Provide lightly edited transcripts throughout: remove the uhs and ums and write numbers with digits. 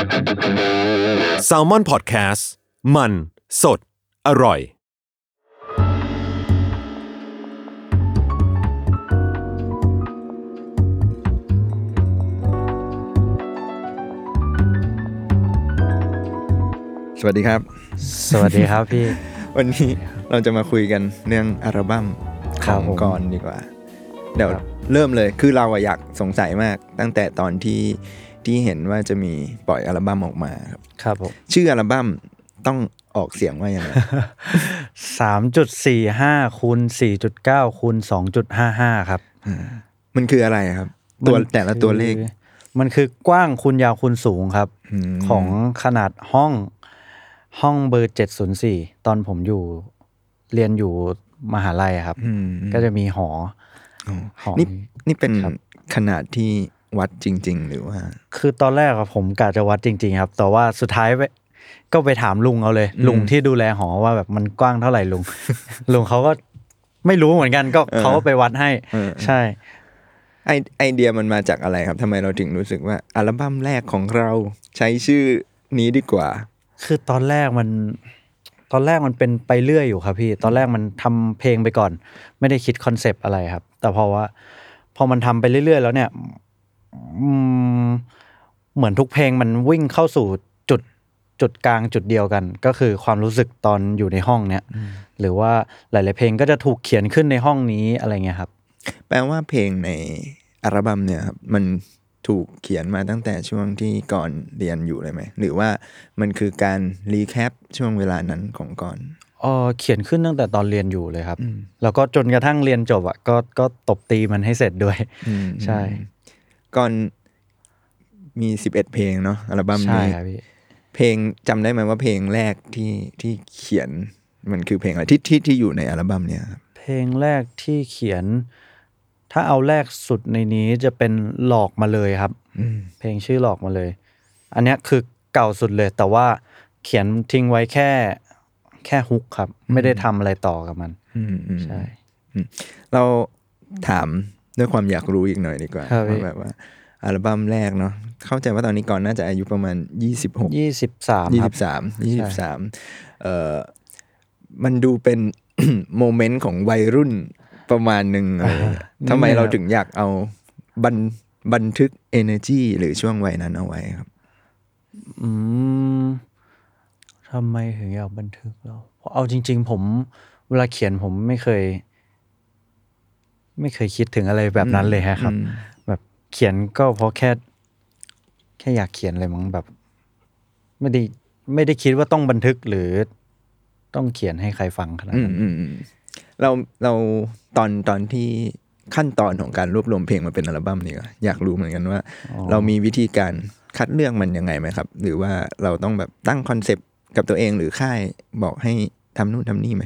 Salmon Podcast มันสดอร่อยสวัสดีครับสวัสดีครับพี่วันนี้เราจะมาคุยกันเรื่องอัลบั้มของกรดีกว่าเดี๋ยวเริ่มเลยคือเราอยากสงสัยมากตั้งแต่ตอนที่เห็นว่าจะมีปล่อยอัลบั้มออกมาครับผมชื่ออัลบั้มต้องออกเสียงว่ายังไง 3.45 คูณ 4.9 คูณ 2.55 ครับมันคืออะไรครับตัวแต่ละตัวเลขมันคือกว้างคูณยาวคูณสูงครับของขนาดห้องเบอร์704ตอนผมอยู่เรียนอยู่มหาลัยครับก็จะมีหอนี่เป็นขนาดที่วัดจริงๆหรือว่าคือตอนแรกผมกะจะวัดจริงๆครับแต่ว่าสุดท้ายก็ไปถามลุงเอาเลยลุงที่ดูแลหอว่าแบบมันกว้างเท่าไหร่ลุง ลุงเขาก็ไม่รู้เหมือนกันก็เขาก็ไปวัดให้ใช่ไอเดียมันมาจากอะไรครับทำไมเราถึงรู้สึกว่าอัลบั้มแรกของเราใช้ชื่อนี้ดีกว่าคือตอนแรกมันเป็นไปเรื่อยอยู่ครับพี่ตอนแรกมันทำเพลงไปก่อนไม่ได้คิดคอนเซปต์อะไรครับแต่พอมันทำไปเรื่อยๆแล้วเนี่ยเหมือนทุกเพลงมันวิ่งเข้าสู่จุดกลางจุดเดียวกันก็คือความรู้สึกตอนอยู่ในห้องเนี้ยหรือว่าหลายๆเพลงก็จะถูกเขียนขึ้นในห้องนี้อะไรเงี้ยครับแปลว่าเพลงในอัลบั้มเนี่ยครับมันถูกเขียนมาตั้งแต่ช่วงที่ก่อนเรียนอยู่เลยไหมหรือว่ามันคือการรีแคปช่วงเวลานั้นของก่อนเขียนขึ้นตั้งแต่ตอนเรียนอยู่เลยครับแล้วก็จนกระทั่งเรียนจบก็ตบตีมันให้เสร็จด้วยใช่ก่อนมี11เพลงเนาะอัลบั้มนี้ใช่ครับพี่เพลงจำได้ไหมว่าเพลงแรกที่เขียนมันคือเพลงอะไรที่อยู่ในอัลบั้มเนี่ยครับเพลงแรกที่เขียนถ้าเอาแรกสุดในนี้จะเป็นหลอกมาเลยครับเพลงชื่อหลอกมาเลยอันนี้คือเก่าสุดเลยแต่ว่าเขียนทิ้งไว้แค่ฮุกครับไม่ได้ทำอะไรต่อกับมันใช่เราถามด้วยความอยากรู้อีกหน่อยดีกว่าว่าแบบว่าอัลบั้มแรกเนาะเข้าใจว่าตอนนี้ก่อนน่าจะอายุประมาณ23มันดูเป็น โมเมนต์ของวัยรุ่นประมาณหนึ่งทำไมเราถึงอยากเอาบันทึก energy หรือช่วงวัยนั้นเอาไว้ครับทำไมถึงอยากบันทึกเราเพราะเอาจริงๆผมเวลาเขียนผมไม่เคยคิดถึงอะไรแบบนั้นเลยครับแบบเขียนก็เพราะแค่อยากเขียนเลยมั้งแบบไม่ได้คิดว่าต้องบันทึกหรือต้องเขียนให้ใครฟังขนาดนั้นเราตอนที่ขั้นตอนของการรวบรวมเพลงมาเป็นอัลบั้มนี่ก็อยากรู้เหมือนกันว่าเรามีวิธีการคัดเลือกมันยังไงไหมครับหรือว่าเราต้องแบบตั้งคอนเซปต์กับตัวเองหรือค่ายบอกให้ทำนู่นทำนี่ไหม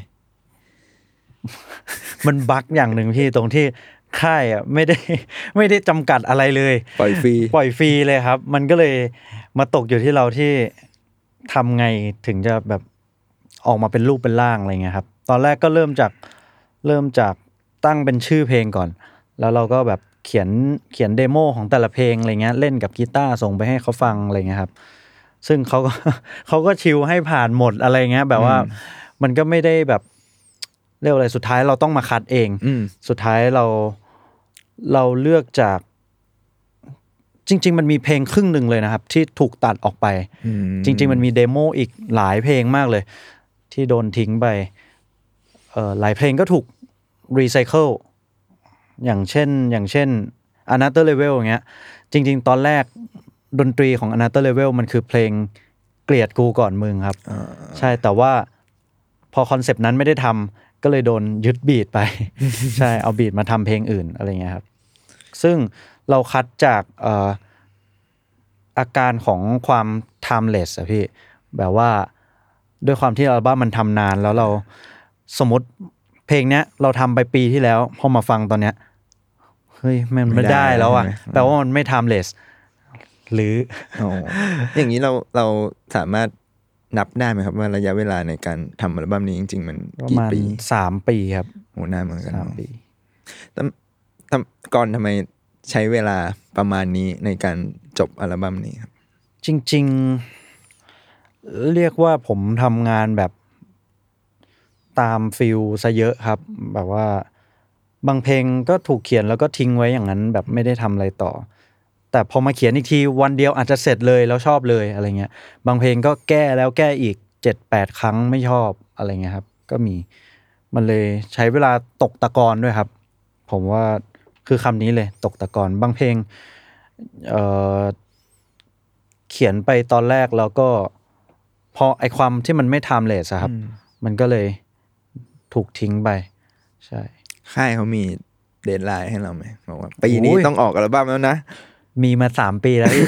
มันบั๊กอย่างหนึ่งพี่ตรงที่ค่ายไม่ได้จำกัดอะไรเลยปล่อยฟรีเลยครับมันก็เลยมาตกอยู่ที่เราที่ทำไงถึงจะแบบออกมาเป็นรูปเป็นร่างอะไรเงี้ยครับตอนแรกก็เริ่มจากตั้งเป็นชื่อเพลงก่อนแล้วเราก็แบบเขียนเดโมของแต่ละเพลงอะไรเงี้ยเล่นกับกีตาร์ส่งไปให้เขาฟังอะไรเงี้ยครับซึ่งเขาก็ชิลให้ผ่านหมดอะไรเงี้ยแบบว่ามันก็ไม่ได้แบบเรียกอะไรสุดท้ายเราต้องมาคัดเองสุดท้ายเราเลือกจากจริงๆมันมีเพลงครึ่งหนึ่งเลยนะครับที่ถูกตัดออกไปจริงๆมันมีเดโมอีกหลายเพลงมากเลยที่โดนทิ้งไปหลายเพลงก็ถูกรีไซเคิลอย่างเช่น Another Level อย่างเงี้ยจริงๆตอนแรกดนตรีของ Another Level มันคือเพลงเกลียดกูก่อนมึงครับใช่แต่ว่าพอคอนเซปต์นั้นไม่ได้ทำก็เลยโดนยึดบีทไป ใช่เอาบีทมาทำเพลงอื่นอะไรเงี้ยครับซึ่งเราคัดจากอาการของความ timeless อะพี่แบบว่าด้วยความที่อัลบั้มมันทำนานแล้วเราสมมติเพลงเนี้ยเราทำไปปีที่แล้วพอมาฟังตอนเนี้ยเฮ้ยมันไม่ได้แล้วอ่ะแปลว่ามันไม่ timeless หรืออย่างนี้เราสามารถนับได้ไหมครับว่าระยะเวลาในการทำอัลบั้มนี้จริงๆมันกี่ปี 3 ปีครับโหนานเหมือนกัน 3 ปีก่อนทำไมใช้เวลาประมาณนี้ในการจบอัลบั้มนี้ครับจริงๆเรียกว่าผมทำงานแบบตามฟิลซะเยอะครับแบบว่าบางเพลงก็ถูกเขียนแล้วก็ทิ้งไว้อย่างนั้นแบบไม่ได้ทำอะไรต่อแต่พอมาเขียนอีกทีวันเดียวอาจจะเสร็จเลยแล้วชอบเลยอะไรเงี้ยบางเพลงก็แก้แล้วแก้อีก7-8ครั้งไม่ชอบอะไรเงี้ยครับก็มีมันเลยใช้เวลาตกตะกอนด้วยครับผมว่าคือคำนี้เลยตกตะกอนบางเพลงเอ่อเขียนไปตอนแรกแล้วก็พอไอความที่มันไม่ไทม์เลสครับมันก็เลยถูกทิ้งไปใช่ค่ายเขามีเดดไลน์ให้เราไหมบอกว่าปีนี้ต้องออกอัลบั้มแล้วนะมีมา3 ปีแล้ว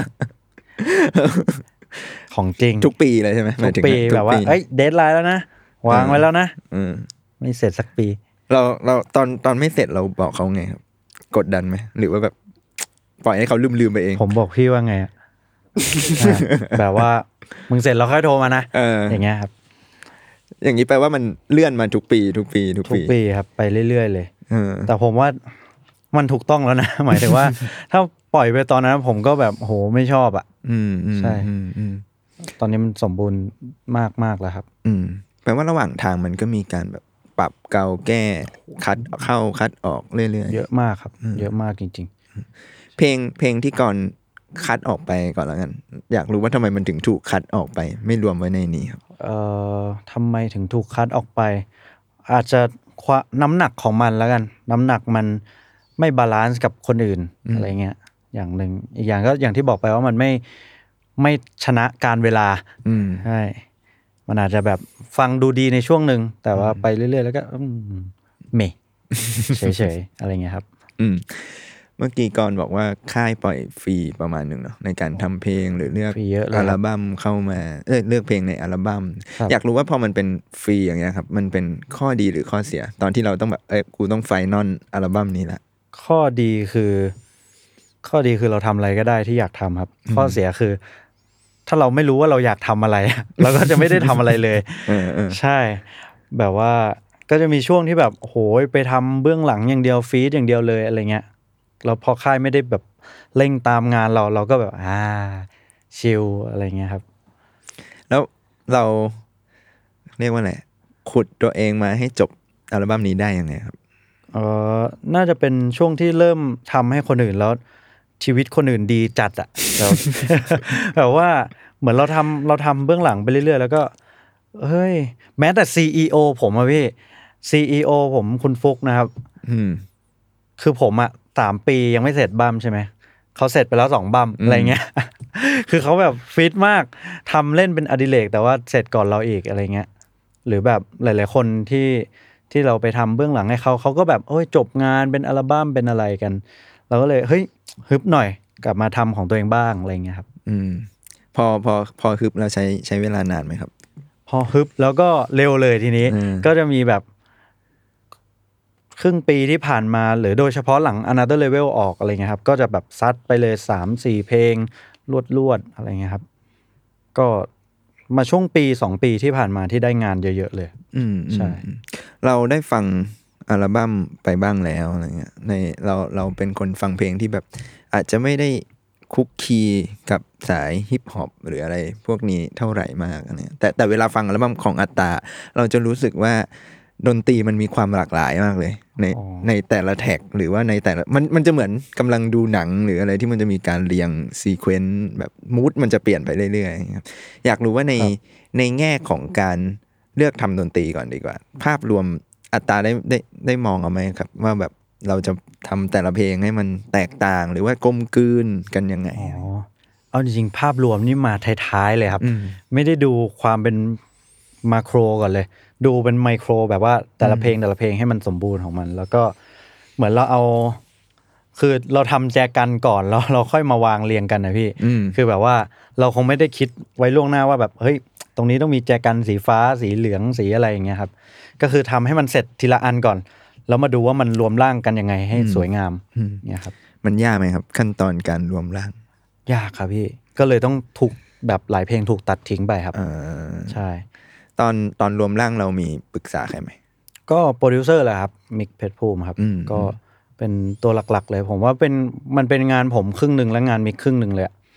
ของจริงทุกปีเลยใช่ไหมทุกปีแบบว่าเอ้ยเดดไลน์แล้วนะวางไว้แล้วนะไม่เสร็จสักปีเราตอนไม่เสร็จเราบอกเขาไงครับกดดันไหมหรือว่าแบบปล่อยให้เขาลืมไปเองผมบอกพี่ว่าไงแบบว่ามึงเสร็จแล้วค่อยโทรมานะอย่างเงี้ยครับอย่างนี้แปลว่ามันเลื่อนมาทุกปีครับไปเรื่อยๆเลยแต่ผมว่ามันถูกต้องแล้วนะหมายถึงว่าถ้าปล่อยไปตอนนั้นผมก็แบบโหไม่ชอบอ่ะใช่ตอนนี้มันสมบูรณ์มากแล้วครับแปลว่าระหว่างทางมันก็มีการแบบปรับเกาแก้คัดเข้าคัดออกเรื่อยๆเยอะมากครับเยอะมากจริงๆเพลงที่ก่อนคัดออกไปก่อนแล้วกันอยากรู้ว่าทำไมมันถึงถูกคัดออกไปไม่รวมไว้ในนี้ครับทำไมถึงถูกคัดออกไปอาจจะน้ำหนักของมันแล้วกันน้ำหนักมันไม่บาลานซ์กับคนอื่นอะไรเงี้ยอย่างหนึ่งอีกอย่างก็อย่างที่บอกไปว่ามันไม่ชนะการเวลาใช่มันอาจจะแบบฟังดูดีในช่วงหนึ่งแต่ว่าไปเรื่อยๆแล้วก็เมเฉยๆอะไรเงี้ยครับเมื่อกี้ก่อนบอกว่าค่ายปล่อยฟรีประมาณหนึ่งเนาะในการทำเพลงหรือเลือกอัลบั้มเข้ามาเลือกเพลงในอัลบั้มอยากรู้ว่าพอมันเป็นฟรีอย่างเงี้ยครับมันเป็นข้อดีหรือข้อเสียตอนที่เราต้องแบบกูต้องไฟนอลอัลบั้มนี้ละข้อดีคือเราทำอะไรก็ได้ที่อยากทำครับข้อเสียคือถ้าเราไม่รู้ว่าเราอยากทำอะไรเราก็จะไม่ได้ทำอะไรเลยใช่แบบว่าก็จะมีช่วงที่แบบโหยไปทำเบื้องหลังอย่างเดียวฟีดอย่างเดียวเลยอะไรเงี้ยเราพอค่ายไม่ได้แบบเร่งตามงานเราก็แบบชิลอะไรเงี้ยครับแล้วเราเรียกว่าอะไรขุดตัวเองมาให้จบอัลบั้มนี้ได้ยังไงครับน่าจะเป็นช่วงที่เริ่มทำให้คนอื่นแล้วชีวิตคนอื่นดีจัดอะแบบว่าเหมือนเราทำเบื้องหลังไปเรื่อยๆแล้วก็เฮ้ยแม้แต่ CEO ผมอะพี่ CEO ผมคุณฟุกนะครับคือผมอะ3 ปียังไม่เสร็จบัมใช่ไหมเขาเสร็จไปแล้ว2 บัมอะไรเงี้ยคือเขาแบบฟิตมากทำเล่นเป็นอดิเรกแต่ว่าเสร็จก่อนเราอีกอะไรเงี้ยหรือแบบหลายๆคนที่เราไปทำเบื้องหลังให้เขาก็แบบโอ้ยจบงานเป็นอัลบั้มเป็นอะไรกันเราก็เลยเฮ้ยฮึบหน่อยกลับมาทำของตัวเองบ้างอะไรเงี้ยครับพอฮึบเราใช้เวลานานไหมครับพอฮึบแล้วก็เร็วเลยทีนี้ก็จะมีแบบครึ่งปีที่ผ่านมาหรือโดยเฉพาะหลัง Another Level ออกอะไรเงี้ยครับก็จะแบบซัดไปเลย 3-4 เพลงรวดอะไรเงี้ยครับก็มาช่วงปี2 ปีที่ผ่านมาที่ได้งานเยอะๆเลยใช่เราได้ฟังอัลบั้มไปบ้างแล้วอะไรเงี้ยในเราเป็นคนฟังเพลงที่แบบอาจจะไม่ได้คุกคีกับสายฮิปฮอปหรืออะไรพวกนี้เท่าไหร่มากเนี่ยแต่เวลาฟังอัลบั้มของอัตตาเราจะรู้สึกว่าดนตรีมันมีความหลากหลายมากเลยในแต่ละแท็กหรือว่าในแต่ละมันจะเหมือนกำลังดูหนังหรืออะไรที่มันจะมีการเรียงซีเควนซ์แบบมูดมันจะเปลี่ยนไปเรื่อยๆครับอยากรู้ว่าในแง่ของการเลือกทำดนตรีก่อนดีกว่าภาพรวมอัตราได้มองเอาไหมครับว่าแบบเราจะทำแต่ละเพลงให้มันแตกต่างหรือว่ากลมกลืนกันยังไงเอาจริงๆภาพรวมนี่มาท้ายๆเลยครับไม่ได้ดูความเป็นมาโครก่อนเลยดูเป็นไมโครแบบว่าแต่ละเพลงให้มันสมบูรณ์ของมันแล้วก็เหมือนเราเอาคือเราทำแจกันก่อนแล้วเราค่อยมาวางเรียงกันนะพี่คือแบบว่าเราคงไม่ได้คิดไว้ล่วงหน้าว่าแบบเฮ้ยตรงนี้ต้องมีแจกันสีฟ้าสีเหลืองสีอะไรอย่างเงี้ยครับก็คือทำให้มันเสร็จทีละอันก่อนแล้วมาดูว่ามันรวมร่างกันยังไงให้สวยงามเนี่ยครับมันยากไหมครับขั้นตอนการรวมร่างยากครับพี่ก็เลยต้องถูกแบบหลายเพลงถูกตัดทิ้งไปครับใช่ตอนรวมร่างเรามีปรึกษาใครไหมก็โปรดิวเซอร์แหละครับมิกเพชรภูมิครับก็เป็นตัวหลักๆเลยผมว่ามันเป็นงานผมครึ่งนึงและงานมิกครึ่งนึงเลย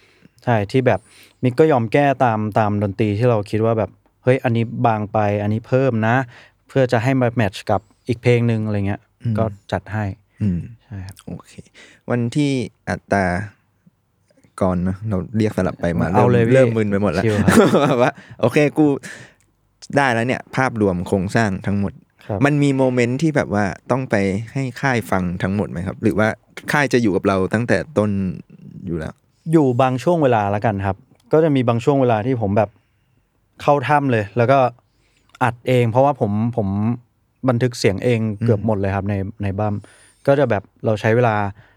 ใช่ที่แบบมิกก็ยอมแก้ตามดนตรีที่เราคิดว่าแบบเฮ้ยอันนี้บางไปอันนี้เพิ่มนะ เพื่อจะให้มาแมทช์กับอีกเพลงนึงอะไรเงี้ยก็จัดให้ใช่ครับโอเควันที่อัตราก่อนนะเราเรียกสลับไปมาเริ่มมึนไปหมดแล้วว่าโอเคกูได้แล้วเนี่ยภาพรวมโครงสร้างทั้งหมดมันมีโมเมนต์ที่แบบว่าต้องไปให้ค่ายฟังทั้งหมดไหมครับหรือว่าค่ายจะอยู่กับเราตั้งแต่ต้นอยู่แล้วอยู่บางช่วงเวลาแล้วกันครับก็จะมีบางช่วงเวลาที่ผมแบบเข้าถ้ำเลยแล้วก็อัดเองเพราะว่าผมบันทึกเสียงเองเกือบหมดเลยครับในบัมก็จะแบบเราใช้เวลา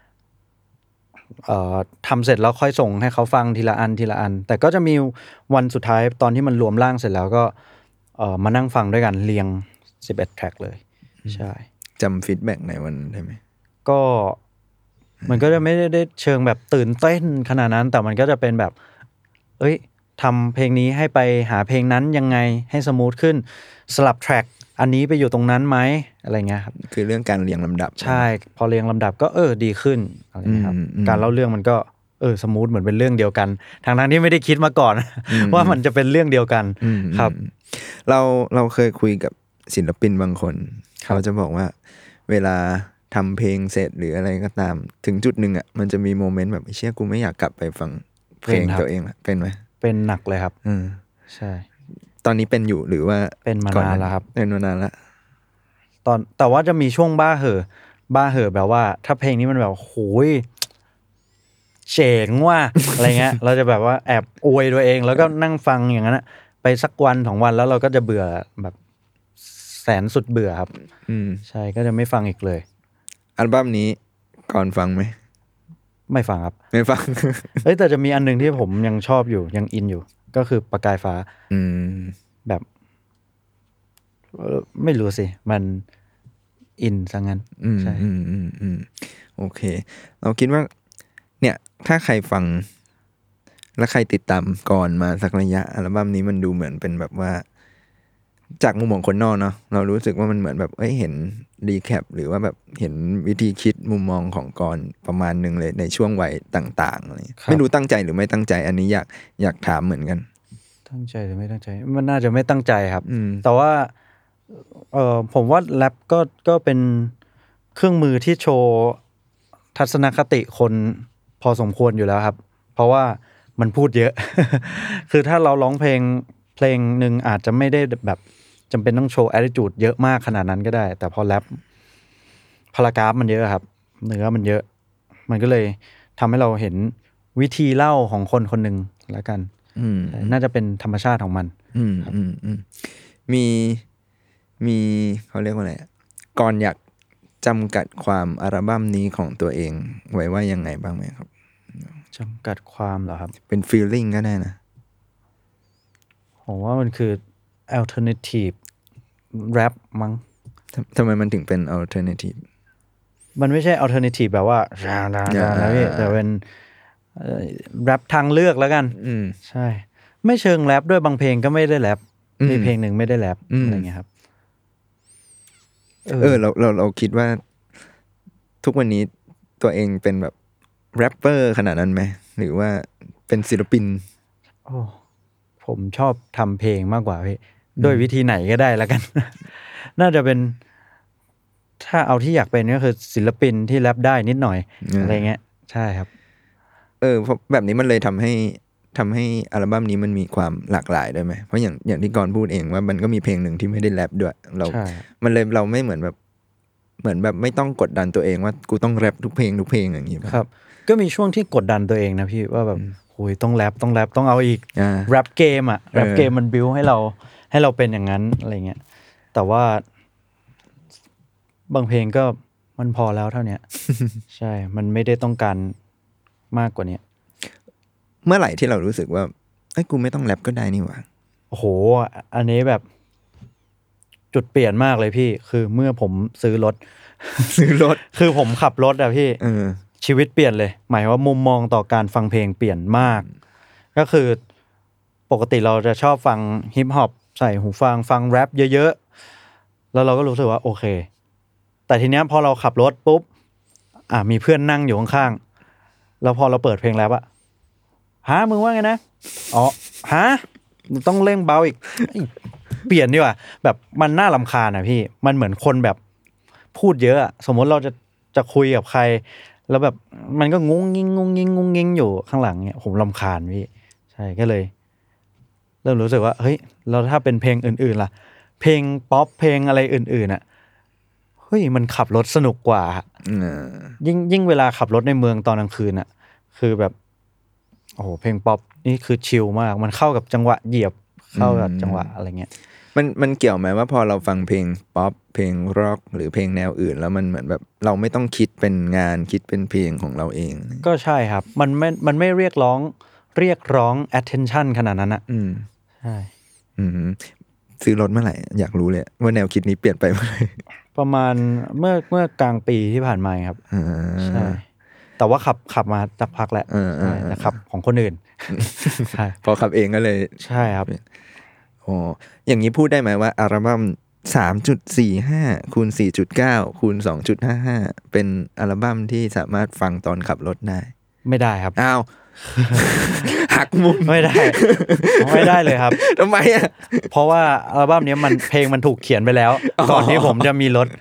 ทำเสร็จแล้วค่อยส่งให้เขาฟังทีละอันแต่ก็จะมีวันสุดท้ายตอนที่มันรวมร่างเสร็จแล้วก็มานั่งฟังด้วยกันเรียง11 แทร็กเลยใช่จำฟีดแบ็กในวันได้ไหมก็มันก็จะไม่ได้เชิงแบบตื่นเต้นขนาดนั้นแต่มันก็จะเป็นแบบเอ้ยทำเพลงนี้ให้ไปหาเพลงนั้นยังไงให้สมูทขึ้นสลับแทร็กอันนี้ไปอยู่ตรงนั้นไหมอะไรเงี้ยครับคือเรื่องการเรียงลำดับใช่พอเรียงลำดับก็ดีขึ้นอะไรเงี้ยครับการเล่าเรื่องมันก็สมูทเหมือนเป็นเรื่องเดียวกันทางที่ไม่ได้คิดมาก่อนว่ามันจะเป็นเรื่องเดียวกันครับเราเคยคุยกับศิลปินบางคนเขาจะบอกว่าเวลาทำเพลงเสร็จหรืออะไรก็ตามถึงจุดหนึ่งอ่ะมันจะมีโมเมนต์แบบเชี่ยกูไม่อยากกลับไปฟังเพลงตัวเองละเป็นไหมเป็นหนักเลยครับใช่ตอนนี้เป็นอยู่หรือว่าเป็นมานานแล้วครับเป็นมานานแล้วแต่ว่าจะมีช่วงบ้าเห่อแบบว่าถ้าเพลงนี้มันแบบโหยเจ๋งว่ะ อะไรเงี้ยเราจะแบบว่าแอบอวยตัวเองแล้วก็นั่งฟังอย่างนั้นนะไปสักวัน2 วันแล้วเราก็จะเบื่อแบบแสนสุดเบื่อครับใช่ก็จะไม่ฟังอีกเลยอัลบั้มนี้ก่อนฟังไหมไม่ฟังครับไม่ฟังแต่จะมีอันนึงที่ผมยังชอบอยู่ยังอินอยู่ก็คือประกายฟ้าแบบไม่รู้สิมันอินซะงั้นใช่โอเคเราคิดว่าเนี่ยถ้าใครฟังและใครติดตามก่อนมาสักระยะอัลบั้มนี้มันดูเหมือนเป็นแบบว่าจากมุมมองคนนอกเนาะเรารู้สึกว่ามันเหมือนแบบเห็นรีแคปหรือว่าแบบเห็นวิธีคิดมุมมองของกรประมาณนึงเลยในช่วงวัยต่างๆอะไรไม่รู้ตั้งใจหรือไม่ตั้งใจอันนี้อยากถามเหมือนกันตั้งใจหรือไม่ตั้งใจมันน่าจะไม่ตั้งใจครับแต่ว่าผมว่าแรปก็เป็นเครื่องมือที่โชว์ทัศนคติคนพอสมควรอยู่แล้วครับเพราะว่ามันพูดเยอะ คือถ้าเราร้องเพลงหนึ่งอาจจะไม่ได้แบบจำเป็นต้องโชว์ attitude เยอะมากขนาดนั้นก็ได้แต่พอแรปพารากราฟมันเยอะครับเนื้อมันเยอะมันก็เลยทำให้เราเห็นวิธีเล่าของคนคนหนึ่งแล้วกันน่าจะเป็นธรรมชาติของมันมีเขาเรียกว่าอะไรก่อนอยากจำกัดความอัลบั้มนี้ของตัวเองไว้ว่ายังไงบ้างไหมครับจำกัดความเหรอครับเป็น feeling ก็ได้นะผมว่ามันคือ alternative rap มั้งทำไมมันถึงเป็น alternative มันไม่ใช่ alternative แบบว่านะพี่แต่เป็นแรปทางเลือกแล้วกันใช่ไม่เชิงแรปด้วยบางเพลงก็ไม่ได้แรปมีเพลงหนึ่งไม่ได้แรปอะไรเงี้ยครับเราคิดว่าทุกวันนี้ตัวเองเป็นแบบแรปเปอร์ขนาดนั้นไหมหรือว่าเป็นศิลปินผมชอบทำเพลงมากกว่าพี่ด้วยวิธีไหนก็ได้แล้วกัน น่าจะเป็นถ้าเอาที่อยากเป็นก็คือศิลปินที่แรปได้นิดหน่อยอะไรเงี้ยใช่ครับเพราะแบบนี้มันเลยทำให้อัลบั้มนี้มันมีความหลากหลายได้ไหมเพราะอย่างที่กรพูดเองว่ามันก็มีเพลงหนึ่งที่ไม่ได้แรปด้วยมันเลยเราไม่เหมือนแบบไม่ต้องกดดันตัวเองว่ากูต้องแรปทุกเพลงอย่างนี้ครับก็มีช่วงที่กดดันตัวเองนะพี่ว่าแบบโหยต้องแรปต้องเอาอีกแรปเกมแรปเกมมันบิวให้เราเป็นอย่างนั้นอะไรเงี้ยแต่ว่าบางเพลงก็มันพอแล้วเท่านี้ ใช่มันไม่ได้ต้องการมากกว่านี้เมื่อไหร่ที่เรารู้สึกว่ากูไม่ต้องแรปก็ได้นี่หว่าโอ้โหอันนี้แบบจุดเปลี่ยนมากเลยพี่คือเมื่อผมซื้อรถ คือผมขับรถอะพี่ชีวิตเปลี่ยนเลยหมายว่ามุมมองต่อการฟังเพลงเปลี่ยนมากก็คือปกติเราจะชอบฟังฮิปฮอปใส่หูฟังแรปเยอะๆแล้วเราก็รู้สึกว่าโอเคแต่ทีเนี้ยพอเราขับรถปุ๊บมีเพื่อนนั่งอยู่ข้างๆแล้วพอเราเปิดเพลงแรปอะมึงว่าไงนะอ๋อต้องเร่งเบาอีกเปลี่ยนดีกว่าแบบมันน่ารำคาญอ่ะพี่มันเหมือนคนแบบพูดเยอะสมมติเราจะคุยกับใครแล้วแบบมันก็งุ้งงิ้งงุ้งงิ้งงุ้งงิ้งอยู่ข้างหลังเนี่ยผมรำคาญพี่ใช่ก็เลยเริ่มรู้สึกว่าเฮ้ยแล้วถ้าเป็นเพลงอื่นๆล่ะเพลงป๊อปเพลงอะไรอื่นๆอ่ะเฮ้ยมันขับรถสนุกกว่ายิ่งเวลาขับรถในเมืองตอนกลางคืนอ่ะคือแบบโอ้โหเพลงป๊อปนี่คือชิลมากมันเข้ากับจังหวะเหยียบเข้ากับจังหวะอะไรเงี้ยมันเกี่ยวไหมว่าพอเราฟังเพลงป๊อปเพลงร็อกหรือเพลงแนวอื่นแล้วมันเหมือนแบบเราไม่ต้องคิดเป็นงานคิดเป็นเพลงของเราเองก็ใช่ครับมันไม่เรียกร้อง attention ขนาดนั้นอ่ะใช่ซื้อรถเมื่อไหร่อยากรู้เลยว่าแนวคิดนี้เปลี่ยนไปเมื่อไหร่ประมาณเมื่อกลางปีที่ผ่านมาครับใช่แต่ว่าขับมาสักพักแล้วแต่ขับของคนอื่นใช่พอขับเองก็เลยใช่ครับอ๋ออย่างนี้พูดได้ไหมว่าอัลบั้ม 3.45 คูณ 4.9 คูณ 2.55 เป็นอัลบั้มที่สามารถฟังตอนขับรถได้ไม่ได้ครับอ้าวหักมุมไม่ได้เลยครับทำไมอ่ะเพราะว่าอัลบั้มนี้เพลงมันถูกเขียนไปแล้วก่อนที่ผมจะมีรถ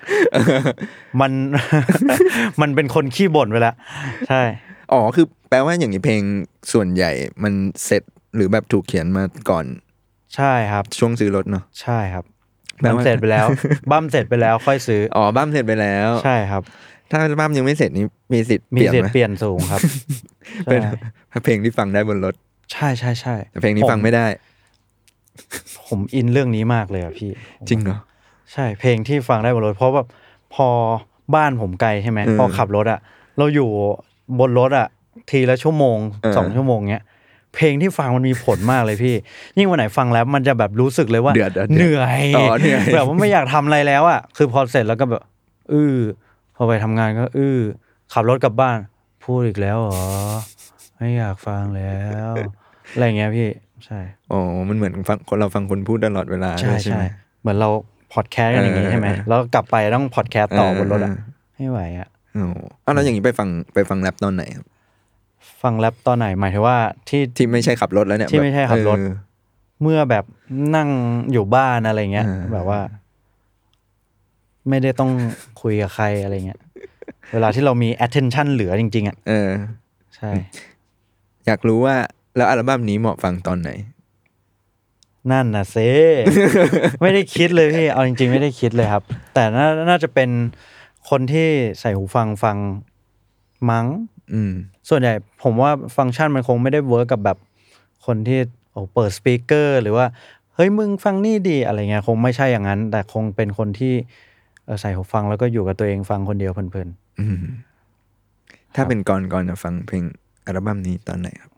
มันเป็นคนขี้บ่นไปแล้วใช่คือแปลว่าอย่างนี้เพลงส่วนใหญ่มันเสร็จหรือแบบถูกเขียนมาก่อนใช่ครับช่วงซื้อรถเนาะใช่ครับบั้มเสร็จไปแล้วค่อยซื้อบั้มเสร็จไปแล้วใช่ครับถ้าบั้มยังไม่เสร็จนี่มีสิทธิ์เปลี่ยนสูงครับเป็นเพลงที่ฟังได้บนรถใช่แต่เพลงนี้ฟังไม่ได้ผมอินเรื่องนี้มากเลยอ่ะพี่จริงเหรอใช่เพลงที่ฟังได้บนรถเพราะว่าพอบ้านผมไกลใช่ไหมพอขับรถอ่ะเราอยู่บนรถอ่ะทีละชั่วโมง2 ชั่วโมงเงี้ยเพลงที่ฟังมันมีผลมากเลยพี่ยิ่งวันไหนฟังแล้วมันจะแบบรู้สึกเลยว่าเหนื่อยแบบว่าไม่อยากทำอะไรแล้วอ่ะคือพอเสร็จแล้วก็แบบพอไปทำงานก็ขับรถกลับบ้านพูดอีกแล้วเหรอไม่อยากฟังแล้วอะไรเงี้ยพี่ใช่มันเหมือนเราฟังคนพูดตลอดเวลาใช่เหมือนเราพอดแคสต์กันอย่างงี้ใช่ไหมแล้วกลับไปต้องพอดแคสต์ต่อบนรถอ่ะไม่ไหวอ่ะแล้วอย่างนี้ไปฟังแรปตอนไหนครับฟังแรปตอนไหนหมายถึงว่าที่ไม่ใช่ขับรถแล้วเนี่ยที่ไม่ใช่ขับรถเมื่อแบบนั่งอยู่บ้านอะไรเงี้ยแบบว่าไม่ได้ต้องคุยกับใครอะไรเงี้ยเวลาที่เรามี attention เหลือจริงๆอ่ะใช่อยากรู้ว่าแล้วอัลบั้มนี้เหมาะฟังตอนไหนนั่นน่ะเซ่ ไม่ได้คิดเลยพี่เอาจริงๆไม่ได้คิดเลยครับแต่น่าจะเป็นคนที่ใส่หูฟังมั้งส่วนใหญ่ผมว่าฟังก์ชันมันคงไม่ได้เวิร์กกับแบบคนที่เปิดสปีกเกอร์หรือว่าเฮ้ยมึงฟังนี่ดีอะไรเงี้ยคงไม่ใช่อย่างนั้นแต่คงเป็นคนที่ใส่หูฟังแล้วก็อยู่กับตัวเองฟังคนเดียวเพลินๆถ้าเป็นก่อนจะฟังเพลงอัลบั้มนี้ตอนไหนครับ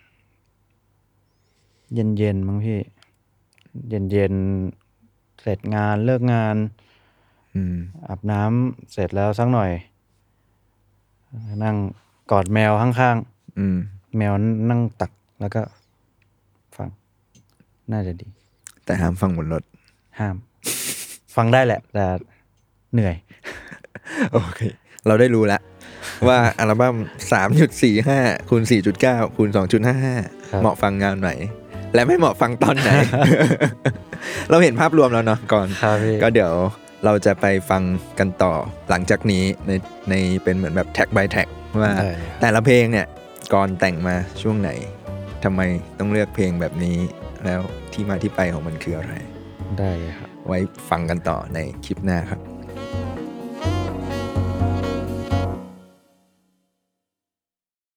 เย็นมั้งพี่เย็นเสร็จงานเลิกงานอาบน้ำเสร็จแล้วสักหน่อยนั่งกอดแมวข้างๆแมวนั่งตักแล้วก็ฟังน่าจะดีแต่ห้ามฟังบนรถห้ามฟังได้แหละแต่เหนื่อยโอเคเราได้รู้แล้วว่าอัลบั้ม 3.45 คูณ 4.9 คูณ 2.55 เหมาะฟังงานไหนและไม่เหมาะฟังตอนไหน เราเห็นภาพรวมแล้วเนาะก่อนก็เดี๋ยวเราจะไปฟังกันต่อหลังจากนี้ในเป็นเหมือนแบบแท็ก by แท็กว่าแต่ละเพลงเนี่ยก่อนแต่งมาช่วงไหนทำไมต้องเลือกเพลงแบบนี้แล้วที่มาที่ไปของมันคืออะไรได้ครับไว้ฟังกันต่อในคลิปหน้าครับ